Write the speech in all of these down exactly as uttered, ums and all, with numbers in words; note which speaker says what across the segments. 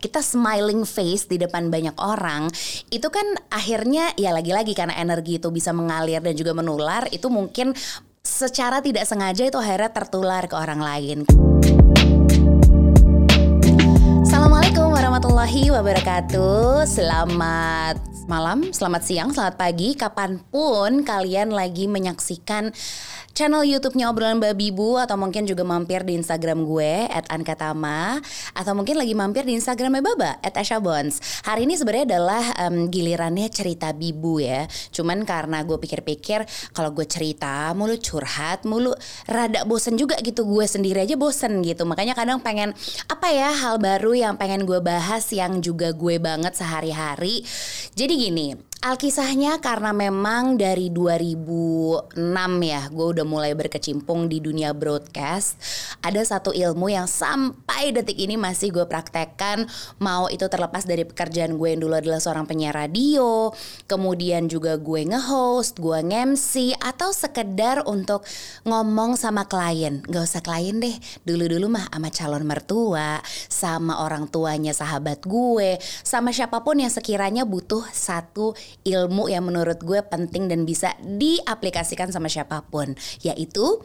Speaker 1: kita smiling face di depan banyak orang, itu kan akhirnya ya lagi-lagi karena energi itu bisa mengalir dan juga menular, itu mungkin secara tidak sengaja itu akhirnya tertular ke orang lain. Assalamualaikum warahmatullahi wabarakatuh. Selamat malam, selamat siang, selamat pagi, kapanpun kalian lagi menyaksikan channel YouTube-nya Obrolan Babi Bu, atau mungkin juga mampir di Instagram gue at ankatama, atau mungkin lagi mampir di Instagramnya Baba at ashabons. Hari ini sebenarnya adalah um, gilirannya cerita Bibu ya. Cuman karena gue pikir-pikir kalau gue cerita mulu, curhat mulu, rada bosen juga gitu, gue sendiri aja bosen gitu. Makanya kadang pengen apa ya, hal baru yang pengen gue bahas yang juga gue banget sehari-hari. Jadi gini, alkisahnya karena memang dari dua ribu enam ya gue udah mulai berkecimpung di dunia broadcast. Ada satu ilmu yang sampai detik ini masih gue praktekkan, mau itu terlepas dari pekerjaan gue yang dulu adalah seorang penyiar radio, kemudian juga gue nge-host, gue nge-M C, atau sekedar untuk ngomong sama klien. Gak usah klien deh, dulu-dulu mah sama calon mertua, sama orang tuanya sahabat gue, sama siapapun yang sekiranya butuh satu ilmu yang menurut gue penting dan bisa diaplikasikan sama siapapun, yaitu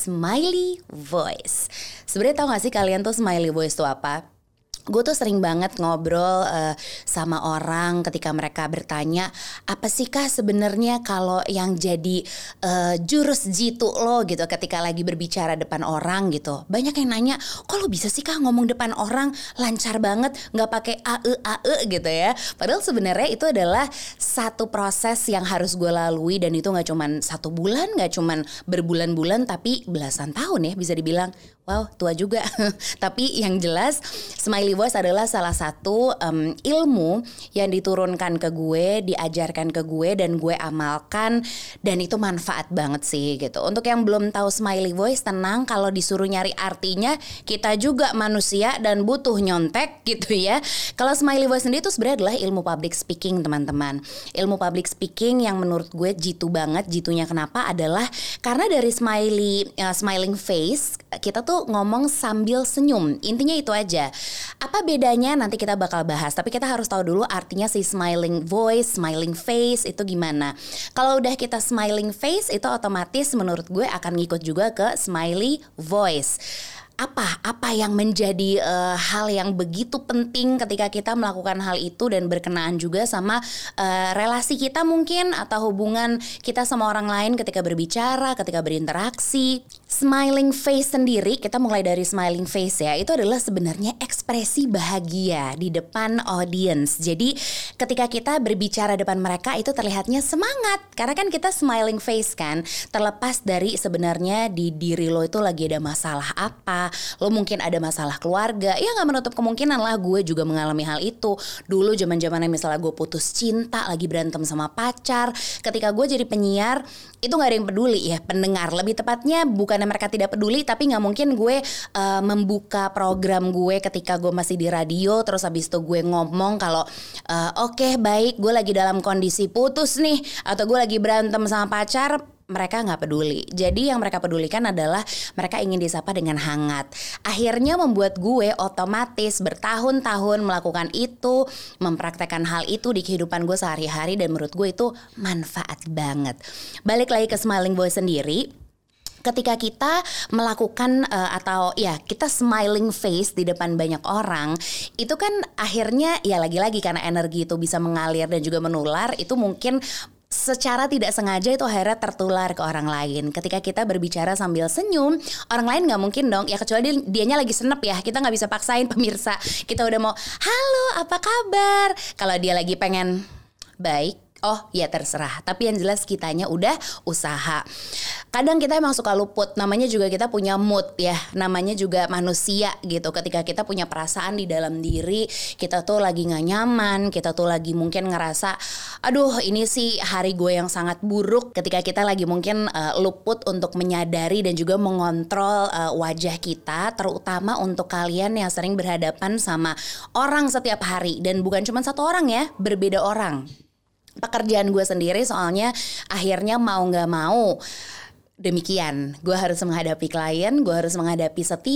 Speaker 1: smiley voice. Sebenarnya tau gak sih kalian tuh smiley voice itu apa? Gue tuh sering banget ngobrol uh, sama orang ketika mereka bertanya, apa sih kah sebenarnya kalau yang jadi uh, jurus jitu lo gitu ketika lagi berbicara depan orang gitu. Banyak yang nanya, kok lo bisa sih kah ngomong depan orang lancar banget, gak pakai ae ae gitu ya. Padahal sebenarnya itu adalah satu proses yang harus gue lalui, dan itu gak cuman satu bulan, gak cuman berbulan-bulan, tapi belasan tahun ya bisa dibilang. Wow, tua juga. Tapi yang jelas smiley voice adalah salah satu um, ilmu yang diturunkan ke gue, diajarkan ke gue, dan gue amalkan, dan itu manfaat banget sih gitu. Untuk yang belum tahu smiley voice, tenang, kalau disuruh nyari artinya kita juga manusia dan butuh nyontek gitu ya. Kalau smiley voice sendiri itu sebenarnya adalah ilmu public speaking, teman-teman. Ilmu public speaking yang menurut gue jitu banget. Jitunya kenapa adalah karena dari smiley uh, smiling face kita tuh ngomong sambil senyum. Intinya itu aja. Apa bedanya nanti kita bakal bahas, tapi kita harus tahu dulu artinya si smiling voice, smiling face itu gimana. Kalau udah kita smiling face, itu otomatis menurut gue akan ngikut juga ke smiley voice. Apa apa yang menjadi uh, hal yang begitu penting ketika kita melakukan hal itu dan berkenaan juga sama uh, relasi kita mungkin, atau hubungan kita sama orang lain ketika berbicara, ketika berinteraksi. Smiling face sendiri, kita mulai dari smiling face ya, itu adalah sebenarnya ekspresi bahagia di depan audience. Jadi ketika kita berbicara depan mereka itu terlihatnya semangat, karena kan kita smiling face kan. Terlepas dari sebenarnya di diri lo itu lagi ada masalah apa, lo mungkin ada masalah keluarga, ya gak menutup kemungkinan lah, gue juga mengalami hal itu. Dulu zaman-zamannya misalnya gue putus cinta, lagi berantem sama pacar, ketika gue jadi penyiar, itu gak ada yang peduli ya, pendengar. Lebih tepatnya bukannya mereka tidak peduli, tapi gak mungkin gue uh, membuka program gue ketika gue masih di radio, terus habis itu gue ngomong kalau uh, oke okay, baik, gue lagi dalam kondisi putus nih, atau gue lagi berantem sama pacar. Mereka gak peduli. Jadi yang mereka pedulikan adalah mereka ingin disapa dengan hangat. Akhirnya membuat gue otomatis bertahun-tahun melakukan itu, mempraktekkan hal itu di kehidupan gue sehari-hari, dan menurut gue itu manfaat banget. Balik lagi ke smiling voice sendiri. Ketika kita melakukan uh, atau ya kita smiling face di depan banyak orang, itu kan akhirnya ya lagi-lagi karena energi itu bisa mengalir dan juga menular, itu mungkin secara tidak sengaja itu akhirnya tertular ke orang lain. Ketika kita berbicara sambil senyum, orang lain gak mungkin dong, ya kecuali dia, dianya lagi senep ya, kita gak bisa paksain pemirsa. Kita udah mau, halo apa kabar? Kalau dia lagi pengen baik, oh ya terserah. Tapi yang jelas kitanya udah usaha. Kadang kita emang suka luput, namanya juga kita punya mood ya, namanya juga manusia gitu. Ketika kita punya perasaan di dalam diri, kita tuh lagi gak nyaman, kita tuh lagi mungkin ngerasa, aduh ini sih hari gue yang sangat buruk. Ketika kita lagi mungkin uh, luput untuk menyadari dan juga mengontrol uh, wajah kita, terutama untuk kalian yang sering berhadapan sama orang setiap hari. Dan bukan cuma satu orang ya, berbeda orang. Pekerjaan gue sendiri soalnya akhirnya mau gak mau demikian, gue harus menghadapi klien, gue harus menghadapi setiap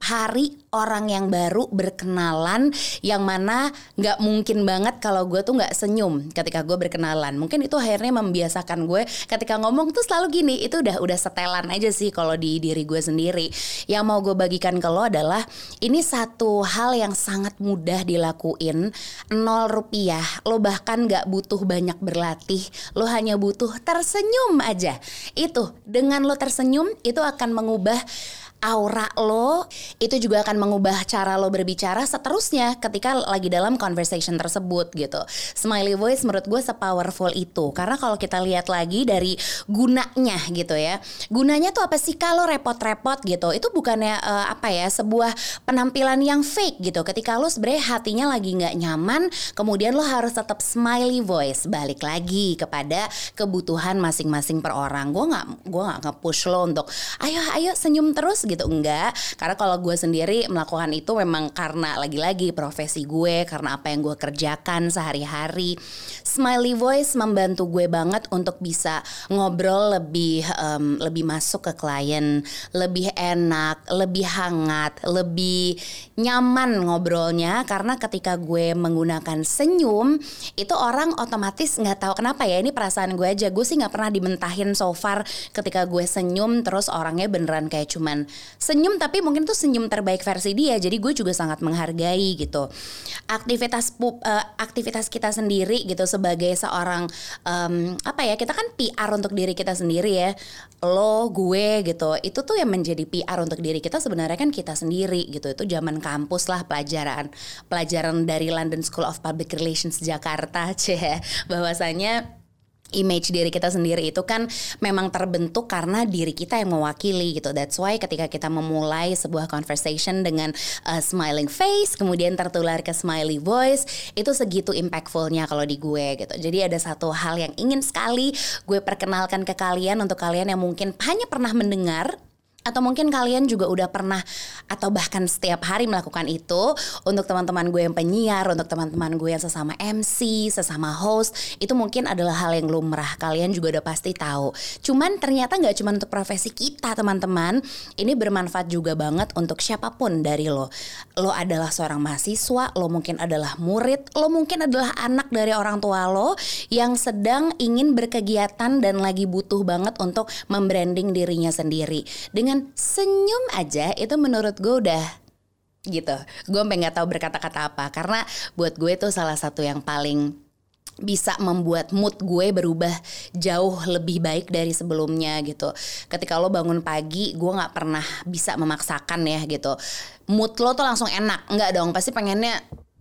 Speaker 1: hari orang yang baru berkenalan, yang mana gak mungkin banget kalau gue tuh gak senyum ketika gue berkenalan. Mungkin itu akhirnya membiasakan gue ketika ngomong tuh selalu gini. Itu udah udah setelan aja sih kalau di diri gue sendiri. Yang mau gue bagikan ke lo adalah ini satu hal yang sangat mudah dilakuin. Nol rupiah. Lo bahkan gak butuh banyak berlatih. Lo hanya butuh tersenyum aja. Itu dengan lo tersenyum itu akan mengubah aura lo, itu juga akan mengubah cara lo berbicara seterusnya ketika lagi dalam conversation tersebut gitu. Smiley voice menurut gue sepowerful itu, karena kalau kita lihat lagi dari gunanya gitu ya, gunanya tuh apa sih kalau repot-repot gitu? Itu bukannya uh, apa ya, sebuah penampilan yang fake gitu. Ketika lo sebenarnya hatinya lagi nggak nyaman, kemudian lo harus tetap smiley voice. Balik lagi kepada kebutuhan masing-masing per orang. Gue nggak gue nggak nge-push lo untuk ayo ayo senyum terus gitu, enggak. Karena kalau gue sendiri melakukan itu memang karena lagi-lagi profesi gue, karena apa yang gue kerjakan sehari-hari. Smiley voice membantu gue banget untuk bisa ngobrol lebih um, lebih masuk ke klien, lebih enak, lebih hangat, lebih nyaman ngobrolnya. Karena ketika gue menggunakan senyum, itu orang otomatis nggak tahu kenapa ya, ini perasaan gue aja, gue sih nggak pernah dimentahin so far ketika gue senyum terus orangnya beneran kayak cuman senyum, tapi mungkin tuh senyum terbaik versi dia. Jadi gue juga sangat menghargai gitu aktivitas pup, uh, aktivitas kita sendiri gitu sebagai seorang um, apa ya, kita kan P R untuk diri kita sendiri ya, lo gue gitu. Itu tuh yang menjadi P R untuk diri kita sebenarnya kan kita sendiri gitu. Itu zaman kampus lah, pelajaran pelajaran dari London School of Public Relations Jakarta, ceh, bahwasanya image diri kita sendiri itu kan memang terbentuk karena diri kita yang mewakili gitu. That's why ketika kita memulai sebuah conversation dengan uh, smiling face, kemudian tertular ke smiley voice, itu segitu impactfulnya kalau di gue gitu. Jadi ada satu hal yang ingin sekali gue perkenalkan ke kalian, untuk kalian yang mungkin hanya pernah mendengar, atau mungkin kalian juga udah pernah atau bahkan setiap hari melakukan itu. Untuk teman-teman gue yang penyiar, untuk teman-teman gue yang sesama M C, sesama host, itu mungkin adalah hal yang lumrah, kalian juga udah pasti tahu. Cuman ternyata gak cuma untuk profesi kita teman-teman, ini bermanfaat juga banget untuk siapapun dari lo. Lo adalah seorang mahasiswa, lo mungkin adalah murid, lo mungkin adalah anak dari orang tua lo yang sedang ingin berkegiatan dan lagi butuh banget untuk membranding dirinya sendiri. Dengan senyum aja itu menurut gue udah gitu, gue sampai nggak tahu berkata-kata apa, karena buat gue itu salah satu yang paling bisa membuat mood gue berubah jauh lebih baik dari sebelumnya gitu. Ketika lo bangun pagi, gue nggak pernah bisa memaksakan ya gitu, mood lo tuh langsung enak, nggak dong, pasti pengennya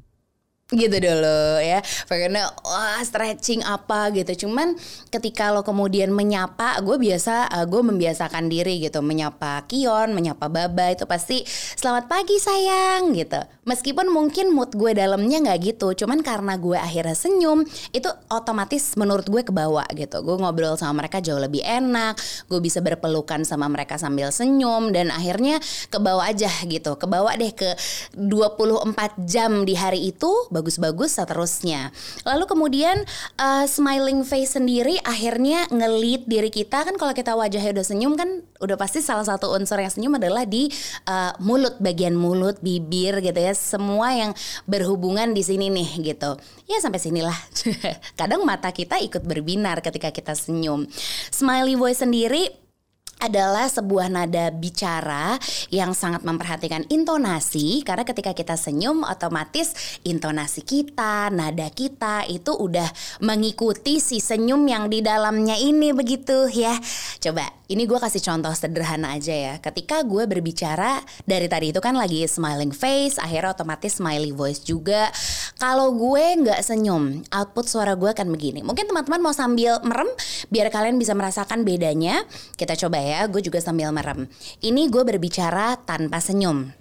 Speaker 1: gitu dulu ya, pengennya wah stretching apa gitu. Cuman ketika lo kemudian menyapa, gue biasa uh, gue membiasakan diri gitu, menyapa Kion, menyapa Baba, itu pasti selamat pagi sayang gitu. Meskipun mungkin mood gue dalamnya nggak gitu, cuman karena gue akhirnya senyum, itu otomatis menurut gue kebawa gitu. Gue ngobrol sama mereka jauh lebih enak, gue bisa berpelukan sama mereka sambil senyum, dan akhirnya kebawa aja gitu, kebawa deh ke dua puluh empat jam di hari itu bagus-bagus seterusnya. Lalu kemudian uh, smiling face sendiri akhirnya ngelit diri kita kan. Kalau kita wajahnya udah senyum kan udah pasti salah satu unsur yang senyum adalah di uh, mulut, bagian mulut, bibir gitu ya, semua yang berhubungan di sini nih gitu. Ya sampai sinilah. Kadang mata kita ikut berbinar ketika kita senyum. Smiley voice sendiri adalah sebuah nada bicara yang sangat memperhatikan intonasi, karena ketika kita senyum otomatis intonasi kita, nada kita itu udah mengikuti si senyum yang di dalamnya ini begitu ya. Coba ini gue kasih contoh sederhana aja ya. Ketika gue berbicara dari tadi itu kan lagi smiling face, akhirnya otomatis smiley voice juga. Kalau gue gak senyum, output suara gue akan begini. Mungkin teman-teman mau sambil merem biar kalian bisa merasakan bedanya. Kita coba ya, gue juga sambil merem. Ini gue berbicara tanpa senyum.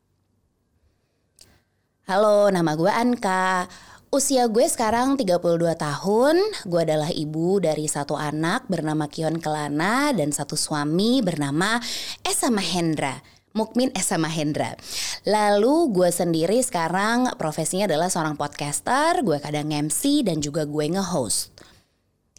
Speaker 1: Halo, nama gue Anka. Usia gue sekarang tiga puluh dua tahun. Gue adalah ibu dari satu anak bernama Kion Kelana dan satu suami bernama Esa Mahendra. Mukmin Esa Mahendra. Lalu gue sendiri sekarang profesinya adalah seorang podcaster. Gue kadang M C dan juga gue nge-host.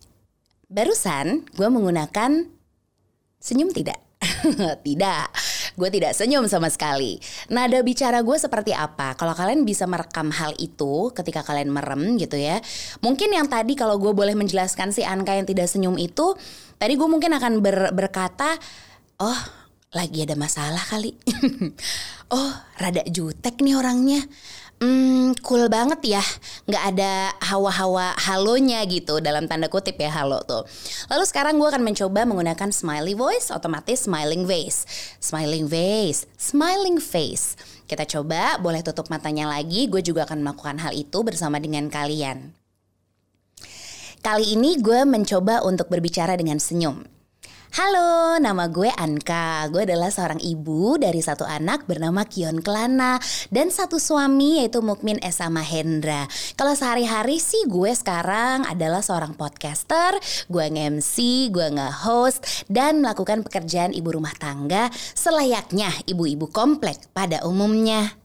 Speaker 1: Barusan gue menggunakan senyum tidak? Tidak. gue tidak senyum sama sekali. Nada bicara gue seperti apa? Kalau kalian bisa merekam hal itu ketika kalian merem gitu ya. Mungkin yang tadi kalau gue boleh menjelaskan si Anka yang tidak senyum itu, tadi gue mungkin akan ber, berkata, oh lagi ada masalah kali. Oh rada jutek nih orangnya. Hmm, cool banget ya, nggak ada hawa-hawa halonya gitu, dalam tanda kutip ya halo tuh. Lalu sekarang gue akan mencoba menggunakan smiley voice, otomatis smiling face, smiling face, smiling face. Kita coba, boleh tutup matanya lagi, gue juga akan melakukan hal itu bersama dengan kalian. Kali ini gue mencoba untuk berbicara dengan senyum. Halo, nama gue Anka. Gue adalah seorang ibu dari satu anak bernama Kion Kelana dan satu suami yaitu Mukmin Esa Mahendra. Kalau sehari-hari sih gue sekarang adalah seorang podcaster, gue nge-M C, gue nge-host dan melakukan pekerjaan ibu rumah tangga selayaknya ibu-ibu komplek pada umumnya.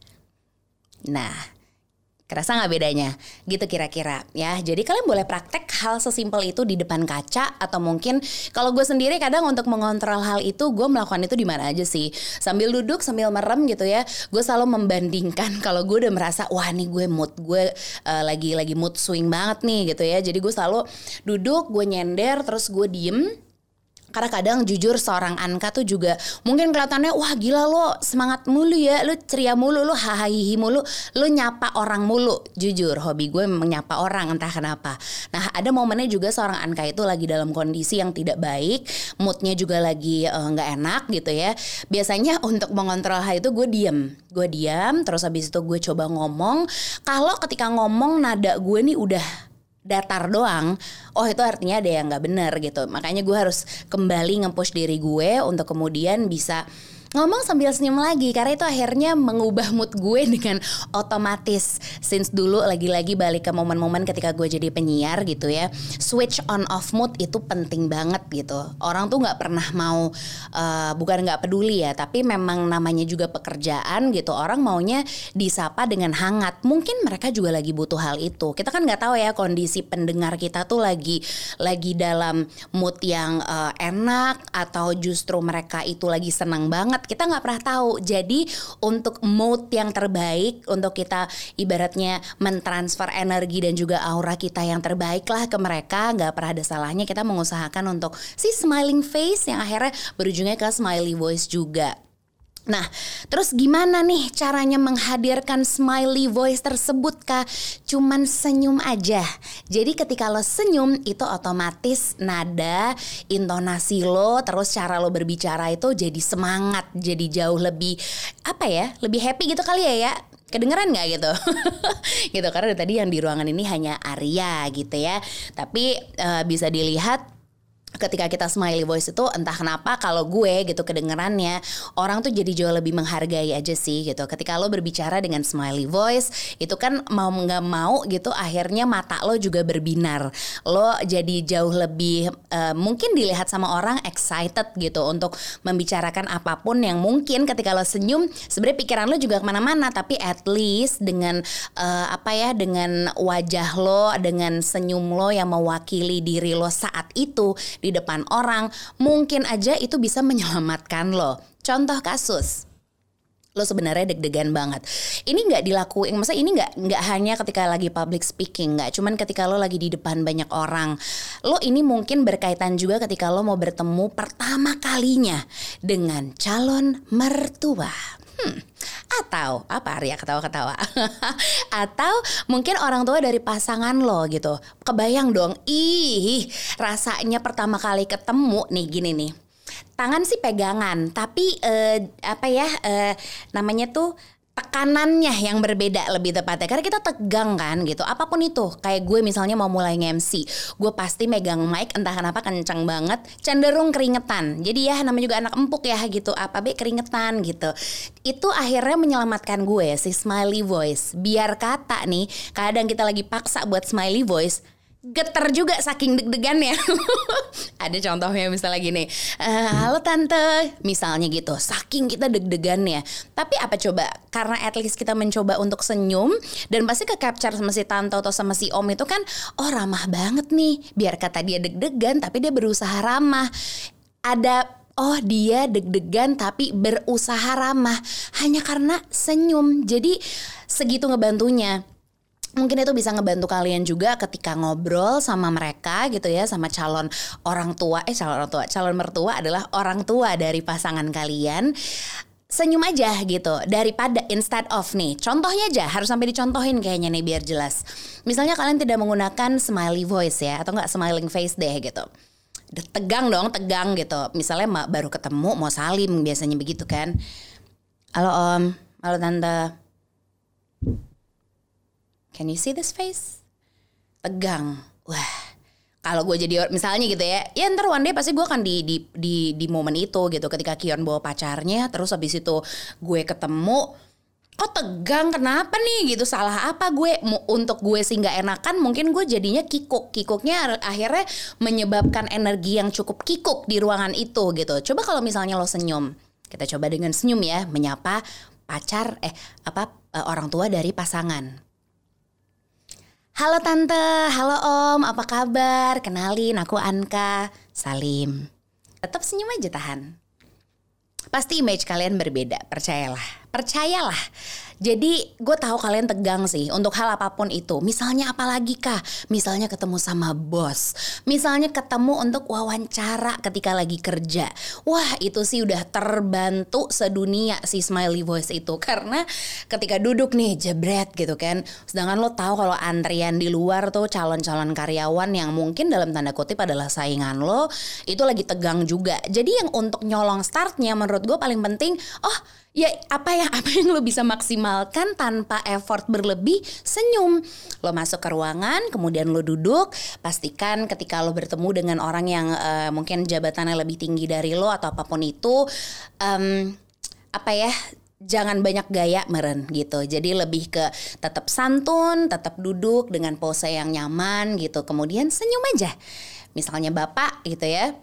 Speaker 1: Nah, kerasa gak bedanya? Gitu kira-kira ya. Jadi kalian boleh praktek hal sesimpel itu di depan kaca. Atau mungkin kalau gue sendiri kadang untuk mengontrol hal itu, gue melakukan itu di mana aja sih. Sambil duduk, sambil merem gitu ya. Gue selalu membandingkan kalau gue udah merasa, wah nih gue mood, gue uh, lagi lagi mood swing banget nih gitu ya. Jadi gue selalu duduk, gue nyender, terus gue diem. Karena kadang jujur seorang Anka tuh juga mungkin kelihatannya wah gila lo semangat mulu ya, lo ceria mulu, lo hahaha mulu, lo nyapa orang mulu. Jujur hobi gue memang nyapa orang entah kenapa. Nah ada momennya juga seorang Anka itu lagi dalam kondisi yang tidak baik, moodnya juga lagi nggak uh, enak gitu ya. Biasanya untuk mengontrol hal itu gue diam, gue diam terus habis itu gue coba ngomong. Kalau ketika ngomong nada gue nih udah datar doang, oh itu artinya ada yang gak benar gitu. Makanya gue harus kembali nge-push diri gue untuk kemudian bisa ngomong sambil senyum lagi. Karena itu akhirnya mengubah mood gue dengan otomatis. Since dulu lagi-lagi balik ke momen-momen ketika gue jadi penyiar gitu ya, switch on off mood itu penting banget gitu. Orang tuh gak pernah mau uh, bukan gak peduli ya, tapi memang namanya juga pekerjaan gitu. Orang maunya disapa dengan hangat. Mungkin mereka juga lagi butuh hal itu. Kita kan gak tahu ya kondisi pendengar kita tuh lagi lagi dalam mood yang uh, enak atau justru mereka itu lagi senang banget. Kita nggak pernah tahu. Jadi untuk mood yang terbaik, untuk kita ibaratnya mentransfer energi dan juga aura kita yang terbaik lah ke mereka, nggak pernah ada salahnya kita mengusahakan untuk si smiling face yang akhirnya berujungnya ke smiley voice juga. Nah, terus gimana nih caranya menghadirkan smiley voice tersebut kah? Cuman senyum aja. Jadi ketika lo senyum itu otomatis nada, intonasi lo, terus cara lo berbicara itu jadi semangat, jadi jauh lebih apa ya? Lebih happy gitu kali ya ya. Kedengeran gak gitu? Gitu karena tadi yang di ruangan ini hanya Arya gitu ya. Tapi uh, bisa dilihat ketika kita smiley voice itu entah kenapa kalau gue gitu kedengerannya orang tuh jadi jauh lebih menghargai aja sih gitu. Ketika lo berbicara dengan smiley voice itu kan mau nggak mau gitu akhirnya mata lo juga berbinar. Lo jadi jauh lebih uh, mungkin dilihat sama orang excited gitu untuk membicarakan apapun yang mungkin ketika lo senyum sebenarnya pikiran lo juga kemana-mana, tapi at least dengan uh, apa ya dengan wajah lo, dengan senyum lo yang mewakili diri lo saat itu di depan orang, mungkin aja itu bisa menyelamatkan lo. Contoh kasus, lo sebenarnya deg-degan banget. Ini nggak dilakuin, masa ini nggak nggak hanya ketika lagi public speaking, nggak cuman ketika lo lagi di depan banyak orang. Lo ini mungkin berkaitan juga ketika lo mau bertemu pertama kalinya dengan calon mertua. Hmm. Atau apa Arya ketawa-ketawa atau mungkin orang tua dari pasangan lo gitu. Kebayang dong, ih rasanya pertama kali ketemu nih gini nih. Tangan sih pegangan, tapi eh, apa ya eh, namanya tuh tekanannya yang berbeda lebih tepatnya. Karena kita tegang kan gitu. Apapun itu. Kayak gue misalnya mau mulai nge-M C. Gue pasti megang mic entah kenapa kencang banget. Cenderung keringetan. Jadi ya namanya juga anak empuk ya gitu. Apa be keringetan gitu. Itu akhirnya menyelamatkan gue si smiley voice. Biar kata nih kadang kita lagi paksa buat smiley voice, getar juga saking deg-degannya. Ada contohnya misalnya gini, e, halo tante, misalnya gitu, saking kita deg-degannya. Tapi apa coba, karena at least kita mencoba untuk senyum, dan pasti ke capture sama si tante atau sama si om itu kan, oh ramah banget nih. Biar kata dia deg-degan tapi dia berusaha ramah. Ada oh dia deg-degan tapi berusaha ramah hanya karena senyum. Jadi segitu ngebantunya. Mungkin itu bisa ngebantu kalian juga ketika ngobrol sama mereka gitu ya, sama calon orang tua, eh calon orang tua, calon mertua adalah orang tua dari pasangan kalian. Senyum aja gitu, daripada instead of nih, contohnya aja harus sampai dicontohin kayaknya nih biar jelas. Misalnya kalian tidak menggunakan smiley voice ya, atau enggak smiling face deh gitu. Tegang dong, tegang gitu. Misalnya baru ketemu mau salim biasanya begitu kan. Halo om, halo tante. Can you see this face? Tegang. Wah, kalau gue jadi misalnya gitu ya, ya ntar one day pasti gue akan di di di di momen itu gitu. Ketika Kion bawa pacarnya, terus habis itu gue ketemu, kok tegang? Kenapa nih gitu? Salah apa gue? Untuk gue sih nggak enakan, mungkin gue jadinya kikuk. Kikuknya akhirnya menyebabkan energi yang cukup kikuk di ruangan itu gitu. Coba kalau misalnya lo senyum, kita coba dengan senyum ya, menyapa pacar eh apa orang tua dari pasangan. Halo tante, halo om, apa kabar? Kenalin, aku Anka, salim. Tetap senyum aja, tahan. Pasti image kalian berbeda, percayalah. Percayalah. Jadi gue tahu kalian tegang sih untuk hal apapun itu. Misalnya apalagi kah? Misalnya ketemu sama bos. Misalnya ketemu untuk wawancara ketika lagi kerja. Wah itu sih udah terbantu sedunia si smiley voice itu. Karena ketika duduk nih jebret gitu kan. Sedangkan lo tahu kalau antrian di luar tuh calon-calon karyawan yang mungkin dalam tanda kutip adalah saingan lo. Itu lagi tegang juga. Jadi yang untuk nyolong startnya menurut gue paling penting. Oh ya apa ya apa yang lo bisa maksimalkan tanpa effort berlebih, senyum. Lo masuk ke ruangan, kemudian lo duduk, pastikan ketika lo bertemu dengan orang yang uh, mungkin jabatannya lebih tinggi dari lo atau apapun itu, um, apa ya, jangan banyak gaya meren gitu. Jadi lebih ke tetap santun, tetap duduk dengan pose yang nyaman gitu. Kemudian senyum aja. Misalnya bapak gitu ya.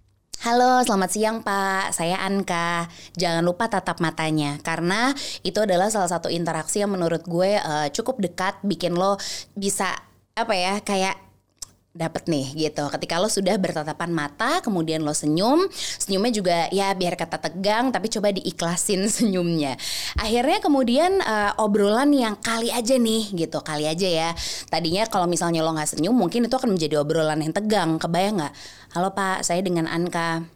Speaker 1: Halo, selamat siang Pak, saya Anka. Jangan lupa tatap matanya, karena itu adalah salah satu interaksi yang menurut gue uh, cukup dekat, bikin lo bisa apa ya kayak dapet nih gitu. Ketika lo sudah bertatapan mata, kemudian lo senyum, senyumnya juga ya biar kata tegang, tapi coba diikhlasin senyumnya. Akhirnya kemudian uh, obrolan yang kali aja nih gitu, kali aja ya. Tadinya kalau misalnya lo nggak senyum, mungkin itu akan menjadi obrolan yang tegang. Kebayang nggak? Halo Pak, saya dengan Anka.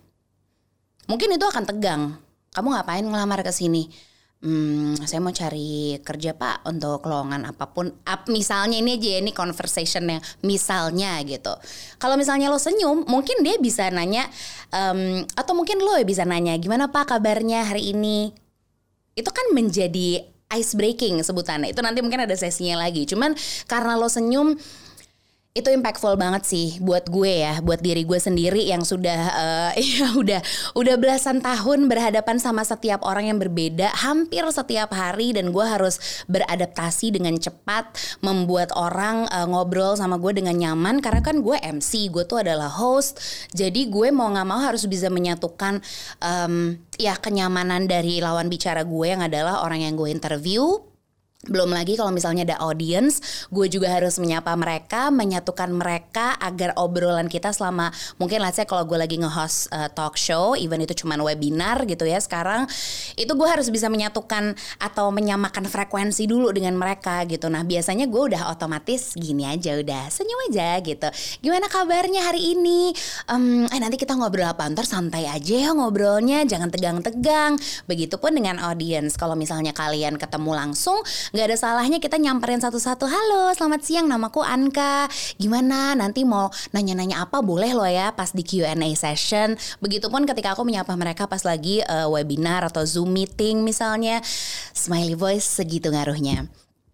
Speaker 1: Mungkin itu akan tegang. Kamu ngapain ngelamar ke sini? Hmm, saya mau cari kerja Pak untuk lowongan apapun. Up, misalnya ini aja ini conversationnya misalnya gitu. Kalau misalnya lo senyum, mungkin dia bisa nanya um, atau mungkin lo bisa nanya gimana Pak kabarnya hari ini. Itu kan menjadi ice breaking sebutannya. Itu nanti mungkin ada sesinya lagi. Cuman karena lo senyum, itu impactful banget sih buat gue ya, buat diri gue sendiri yang sudah uh, ya udah udah belasan tahun berhadapan sama setiap orang yang berbeda hampir setiap hari, dan gue harus beradaptasi dengan cepat, membuat orang uh, ngobrol sama gue dengan nyaman karena kan gue M C, gue tuh adalah host. Jadi gue mau nggak mau harus bisa menyatukan um, ya kenyamanan dari lawan bicara gue yang adalah orang yang gue interview. Belum lagi kalau misalnya ada audience, gue juga harus menyapa mereka, menyatukan mereka agar obrolan kita selama mungkin let's say kalau gue lagi nge-host uh, talk show, even itu cuman webinar gitu ya sekarang, itu gue harus bisa menyatukan atau menyamakan frekuensi dulu dengan mereka gitu. Nah biasanya gue udah otomatis gini aja, udah senyum aja gitu. Gimana kabarnya hari ini? Um, eh nanti kita ngobrol apa? Ntar santai aja ya ngobrolnya, jangan tegang-tegang. Begitupun dengan audience, kalau misalnya kalian ketemu langsung, gak ada salahnya kita nyamperin satu-satu. Halo, selamat siang, namaku Anka. Gimana? Nanti mau nanya-nanya apa boleh loh ya pas di Q and A session. Begitupun ketika aku menyapa mereka pas lagi uh, webinar atau Zoom meeting misalnya. Smiley voice segitu ngaruhnya.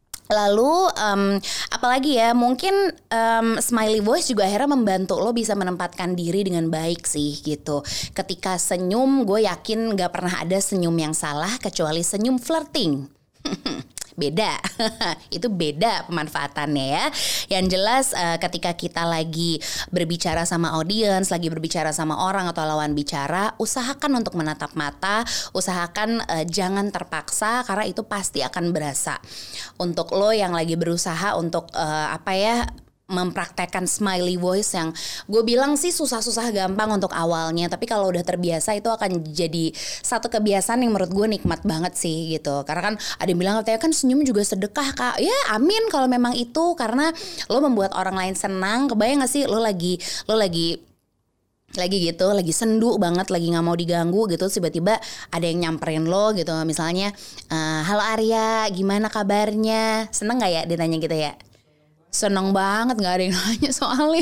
Speaker 1: Lalu um, apalagi ya, mungkin um, smiley voice juga akhirnya membantu lo bisa menempatkan diri dengan baik sih gitu. Ketika senyum, gue yakin gak pernah ada senyum yang salah kecuali senyum flirting. Beda, itu beda pemanfaatannya ya. Yang jelas uh, ketika kita lagi berbicara sama audiens, lagi berbicara sama orang atau lawan bicara, usahakan untuk menatap mata, usahakan uh, jangan terpaksa karena itu pasti akan berasa. Untuk lo yang lagi berusaha untuk uh, apa ya, mempraktekkan smiley voice yang gue bilang sih susah-susah gampang untuk awalnya, tapi kalau udah terbiasa itu akan jadi satu kebiasaan yang menurut gue nikmat banget sih gitu. Karena kan ada yang bilang katanya kan senyum juga sedekah kak. Ya amin kalau memang itu, karena lo membuat orang lain senang. Kebayang gak sih lo lagi lo lagi lagi gitu, lagi sendu banget, lagi nggak mau diganggu gitu, tiba-tiba ada yang nyamperin lo gitu, misalnya uh, halo Arya, gimana kabarnya? Seneng nggak ya ditanya gitu ya? Seneng banget, nggak ada yang nanya soalnya.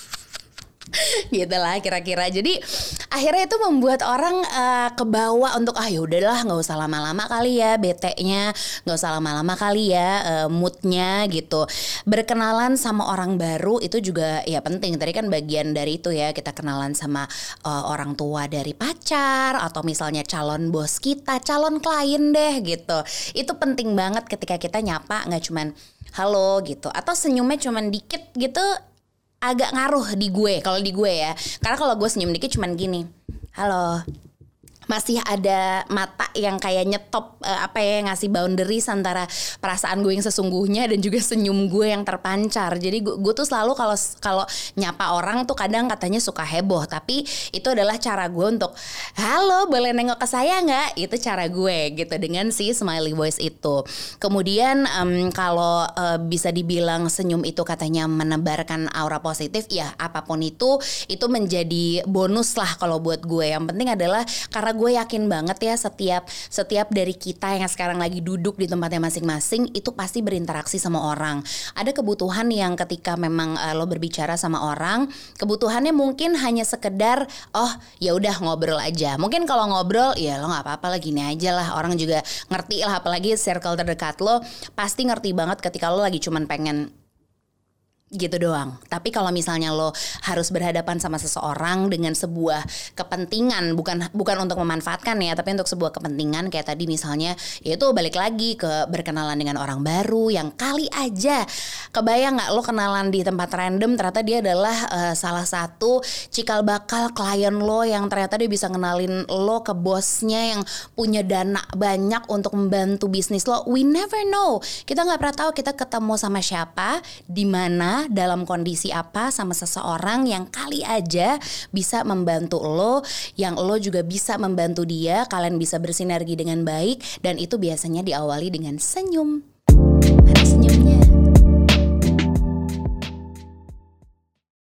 Speaker 1: Gitu lah kira-kira. Jadi akhirnya itu membuat orang uh, kebawa untuk ah ya udahlah nggak usah lama-lama kali ya bete-nya, nggak usah lama-lama kali ya uh, moodnya gitu. Berkenalan sama orang baru itu juga ya penting. Tadi kan bagian dari itu ya, kita kenalan sama uh, orang tua dari pacar atau misalnya calon bos kita, calon klien deh gitu. Itu penting banget ketika kita nyapa nggak cuman halo gitu, atau senyumnya cuman dikit gitu. Agak ngaruh di gue, kalau di gue ya. Karena kalau gue senyum dikit cuman gini, halo, masih ada mata yang kayak nyetop uh, apa ya, ngasih boundaries antara perasaan gue yang sesungguhnya dan juga senyum gue yang terpancar. Jadi gue, gue tuh selalu kalau kalau nyapa orang tuh kadang katanya suka heboh, tapi itu adalah cara gue untuk halo, boleh nengok ke saya nggak? Itu cara gue gitu dengan si smiley voice itu. Kemudian um, kalau uh, bisa dibilang senyum itu katanya menebarkan aura positif, ya apapun itu itu menjadi bonus lah kalau buat gue. Yang penting adalah karena gue yakin banget ya setiap setiap dari kita yang sekarang lagi duduk di tempatnya masing-masing itu pasti berinteraksi sama orang. Ada kebutuhan yang ketika memang uh, lo berbicara sama orang, kebutuhannya mungkin hanya sekedar oh ya udah ngobrol aja. Mungkin kalau ngobrol ya lo nggak apa-apa lah, gini aja lah, orang juga ngerti lah, apalagi circle terdekat lo pasti ngerti banget ketika lo lagi cuman pengen gitu doang. Tapi kalau misalnya lo harus berhadapan sama seseorang dengan sebuah kepentingan, bukan bukan untuk memanfaatkan ya, tapi untuk sebuah kepentingan kayak tadi misalnya, yaitu balik lagi ke berkenalan dengan orang baru yang kali aja kebayang nggak lo kenalan di tempat random, ternyata dia adalah uh, salah satu cikal bakal klien lo yang ternyata dia bisa kenalin lo ke bosnya yang punya dana banyak untuk membantu bisnis lo. We never know. Kita nggak pernah tahu kita ketemu sama siapa, di mana, dalam kondisi apa sama seseorang yang kali aja bisa membantu lo, yang lo juga bisa membantu dia, kalian bisa bersinergi dengan baik, dan itu biasanya diawali dengan senyum. Mana senyum?